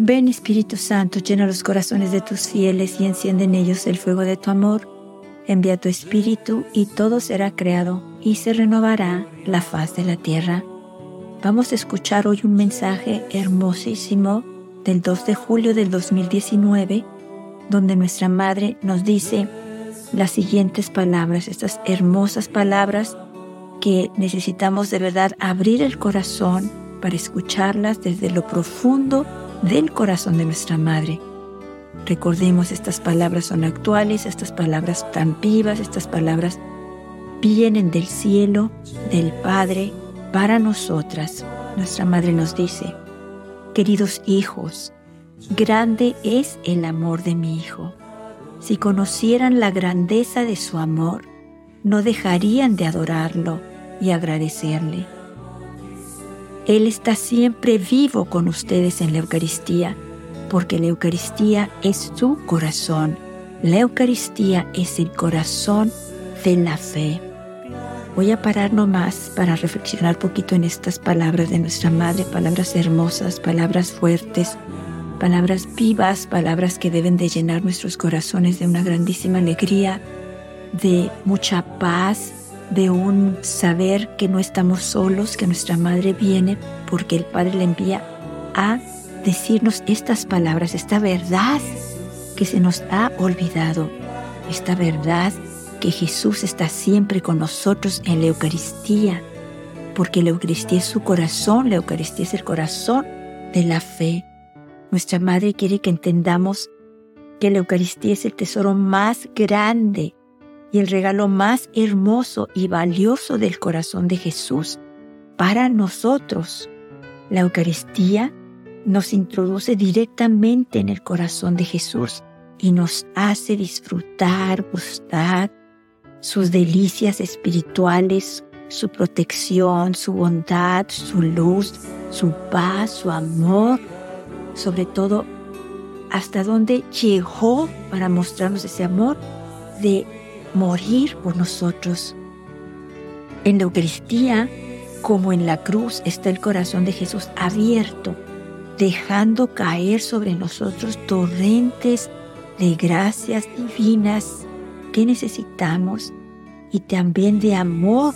Ven, Espíritu Santo, llena los corazones de tus fieles y enciende en ellos el fuego de tu amor. Envía tu Espíritu y todo será creado y se renovará la faz de la tierra. Vamos a escuchar hoy un mensaje hermosísimo del 2 de julio del 2019, donde nuestra Madre nos dice las siguientes palabras, estas hermosas palabras que necesitamos de verdad abrir el corazón para escucharlas desde lo profundo del corazón de nuestra Madre. Recordemos, estas palabras son actuales, estas palabras tan vivas, estas palabras vienen del cielo, del Padre, para nosotras. Nuestra Madre nos dice: queridos hijos, grande es el amor de mi Hijo. Si conocieran la grandeza de su amor, no dejarían de adorarlo y agradecerle. Él está siempre vivo con ustedes en la Eucaristía, porque la Eucaristía es su corazón. La Eucaristía es el corazón de la fe. Voy a parar nomás para reflexionar un poquito en estas palabras de nuestra Madre, palabras hermosas, palabras fuertes, palabras vivas, palabras que deben de llenar nuestros corazones de una grandísima alegría, de mucha paz, de un saber que no estamos solos, que nuestra Madre viene porque el Padre le envía a decirnos estas palabras, esta verdad que se nos ha olvidado, esta verdad que Jesús está siempre con nosotros en la Eucaristía, porque la Eucaristía es su corazón, la Eucaristía es el corazón de la fe. Nuestra Madre quiere que entendamos que la Eucaristía es el tesoro más grande y el regalo más hermoso y valioso del corazón de Jesús para nosotros. La Eucaristía nos introduce directamente en el corazón de Jesús y nos hace disfrutar, gustar sus delicias espirituales, su protección, su bondad, su luz, su paz, su amor, sobre todo hasta dónde llegó para mostrarnos ese amor de morir por nosotros. En la Eucaristía, como en la cruz, está el corazón de Jesús abierto, dejando caer sobre nosotros torrentes de gracias divinas que necesitamos y también de amor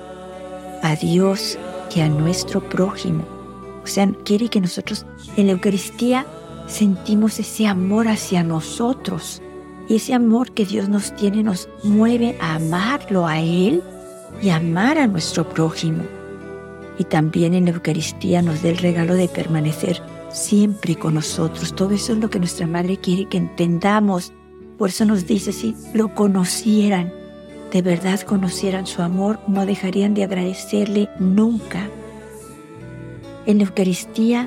a Dios y a nuestro prójimo. O sea, quiere que nosotros en la Eucaristía sentimos ese amor hacia nosotros. Y ese amor que Dios nos tiene nos mueve a amarlo a Él y a amar a nuestro prójimo. Y también en la Eucaristía nos da el regalo de permanecer siempre con nosotros. Todo eso es lo que nuestra Madre quiere que entendamos. Por eso nos dice, si lo conocieran, de verdad conocieran su amor, no dejarían de agradecerle nunca. En la Eucaristía,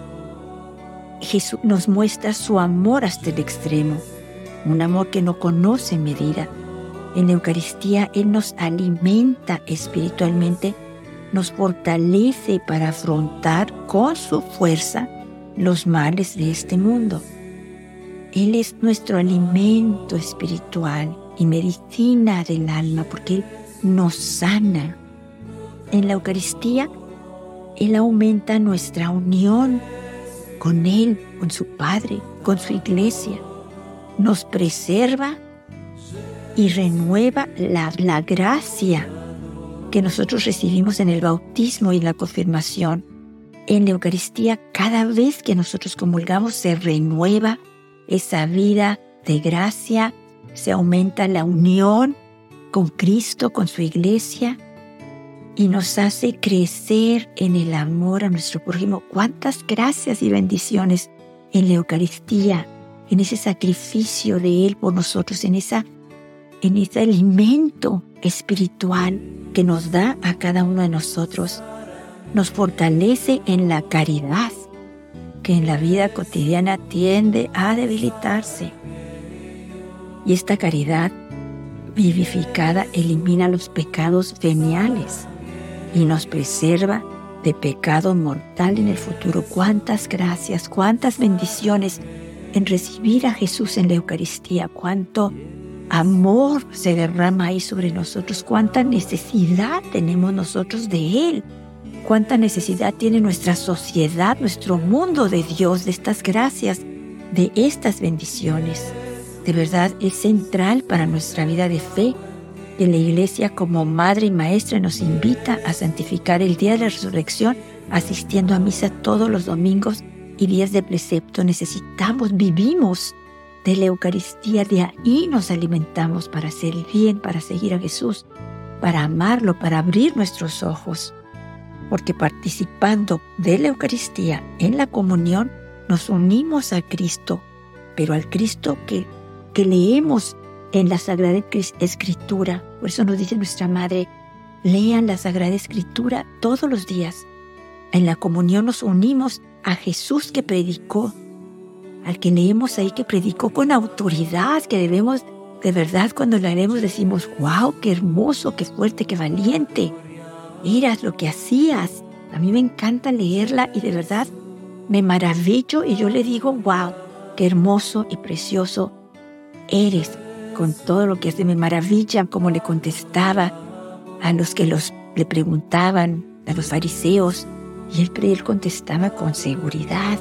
Jesús nos muestra su amor hasta el extremo. Un amor que no conoce medida. En la Eucaristía Él nos alimenta espiritualmente, nos fortalece para afrontar con su fuerza los males de este mundo. Él es nuestro alimento espiritual y medicina del alma, porque Él nos sana. En la Eucaristía Él aumenta nuestra unión con Él, con su Padre, con su Iglesia. Nos preserva y renueva la gracia que nosotros recibimos en el bautismo y en la confirmación. En la Eucaristía, cada vez que nosotros comulgamos, se renueva esa vida de gracia, se aumenta la unión con Cristo, con su Iglesia, y nos hace crecer en el amor a nuestro prójimo. ¡Cuántas gracias y bendiciones en la Eucaristía! En ese sacrificio de Él por nosotros, en ese alimento espiritual que nos da a cada uno de nosotros. Nos fortalece en la caridad, que en la vida cotidiana tiende a debilitarse. Y esta caridad vivificada elimina los pecados veniales y nos preserva de pecado mortal en el futuro. ¡Cuántas gracias, cuántas bendiciones en recibir a Jesús en la Eucaristía! ¡Cuánto amor se derrama ahí sobre nosotros! ¡Cuánta necesidad tenemos nosotros de Él! cuánta necesidad tiene nuestra sociedad, nuestro mundo de Dios, de estas gracias, de estas bendiciones. De verdad es central para nuestra vida de fe que la Iglesia como madre y maestra nos invita a santificar el día de la resurrección asistiendo a misa todos los domingos y días de precepto. Vivimos de la Eucaristía, de ahí nos alimentamos para hacer el bien, para seguir a Jesús, para amarlo, para abrir nuestros ojos. Porque participando de la Eucaristía en la comunión, nos unimos a Cristo, pero al Cristo que leemos en la Sagrada Escritura. Por eso nos dice nuestra Madre, lean la Sagrada Escritura todos los días. En la comunión nos unimos a Jesús que predicó, al que leemos ahí que predicó con autoridad, que debemos, de verdad, cuando la leemos decimos, wow, qué hermoso, qué fuerte, qué valiente. Eras lo que hacías. A mí me encanta leerla y de verdad me maravillo y yo le digo, wow, qué hermoso y precioso eres con todo lo que hace. Me maravilla cómo le contestaba a los que le preguntaban, a los fariseos, y él contestaba con seguridad.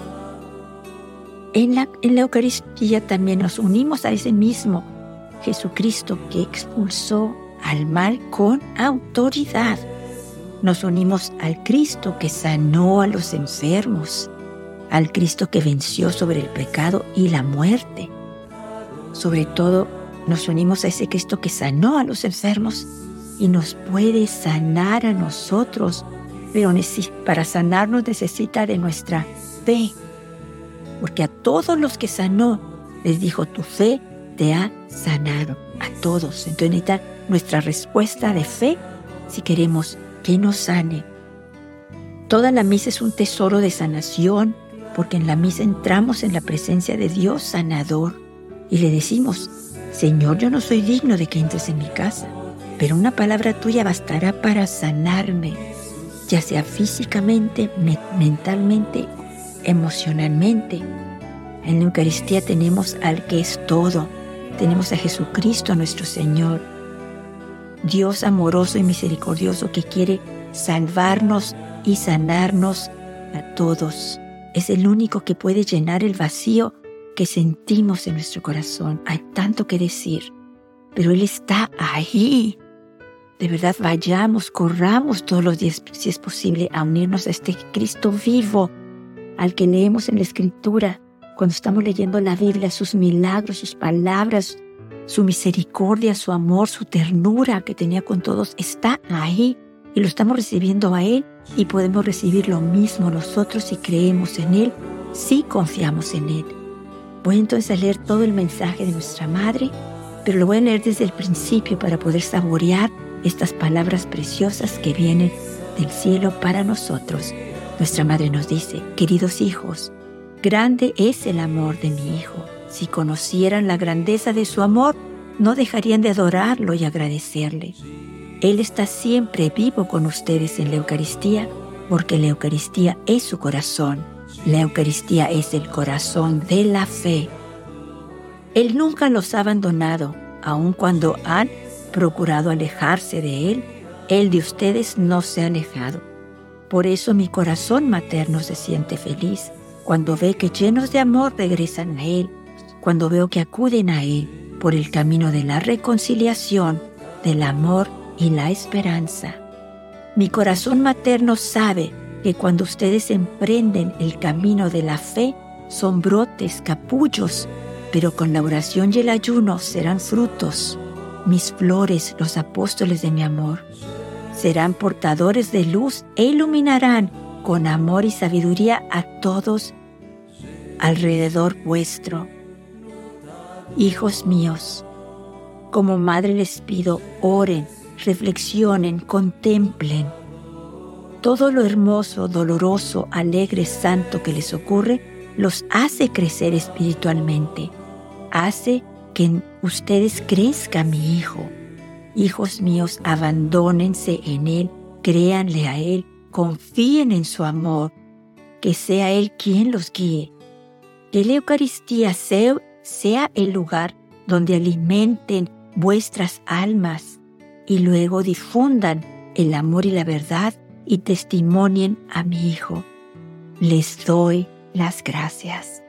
En la Eucaristía también nos unimos a ese mismo Jesucristo que expulsó al mal con autoridad. Nos unimos al Cristo que sanó a los enfermos, al Cristo que venció sobre el pecado y la muerte. Sobre todo, nos unimos a ese Cristo que sanó a los enfermos y nos puede sanar a nosotros, pero para sanarnos necesita de nuestra fe, porque a todos los que sanó les dijo, tu fe te ha sanado, a todos. Entonces necesita nuestra respuesta de fe si queremos que nos sane. Toda la misa es un tesoro de sanación, porque en la misa entramos en la presencia de Dios sanador y le decimos, Señor, yo no soy digno de que entres en mi casa, pero una palabra tuya bastará para sanarme, ya sea físicamente, mentalmente, emocionalmente. En la Eucaristía tenemos al que es todo, tenemos a Jesucristo nuestro Señor, Dios amoroso y misericordioso que quiere salvarnos y sanarnos a todos. Es el único que puede llenar el vacío que sentimos en nuestro corazón. Hay tanto que decir, pero Él está ahí. De verdad, vayamos, corramos todos los días, si es posible, a unirnos a este Cristo vivo, al que leemos en la Escritura, cuando estamos leyendo la Biblia, sus milagros, sus palabras, su misericordia, su amor, su ternura que tenía con todos, está ahí y lo estamos recibiendo a Él y podemos recibir lo mismo nosotros si creemos en Él, si confiamos en Él. Voy entonces a leer todo el mensaje de nuestra Madre, pero lo voy a leer desde el principio para poder saborear estas palabras preciosas que vienen del cielo para nosotros. Nuestra Madre nos dice, queridos hijos, grande es el amor de mi Hijo. Si conocieran la grandeza de su amor, no dejarían de adorarlo y agradecerle. Él está siempre vivo con ustedes en la Eucaristía, porque la Eucaristía es su corazón. La Eucaristía es el corazón de la fe. Él nunca los ha abandonado, aun cuando han procurado alejarse de Él. Él de ustedes no se ha alejado. Por eso mi corazón materno se siente feliz cuando ve que llenos de amor regresan a Él, cuando veo que acuden a Él por el camino de la reconciliación, del amor y la esperanza. Mi corazón materno sabe que cuando ustedes emprenden el camino de la fe, son brotes, capullos, pero con la oración y el ayuno serán frutos. Mis flores, los apóstoles de mi amor, serán portadores de luz e iluminarán con amor y sabiduría a todos alrededor vuestro. Hijos míos, como madre les pido, oren, reflexionen, contemplen. Todo lo hermoso, doloroso, alegre, santo que les ocurre, los hace crecer espiritualmente. Hace que ustedes crezcan, mi hijo. Hijos míos, abandónense en Él, créanle a Él, confíen en su amor, que sea Él quien los guíe. Que la Eucaristía sea el lugar donde alimenten vuestras almas y luego difundan el amor y la verdad y testimonien a mi Hijo. Les doy las gracias.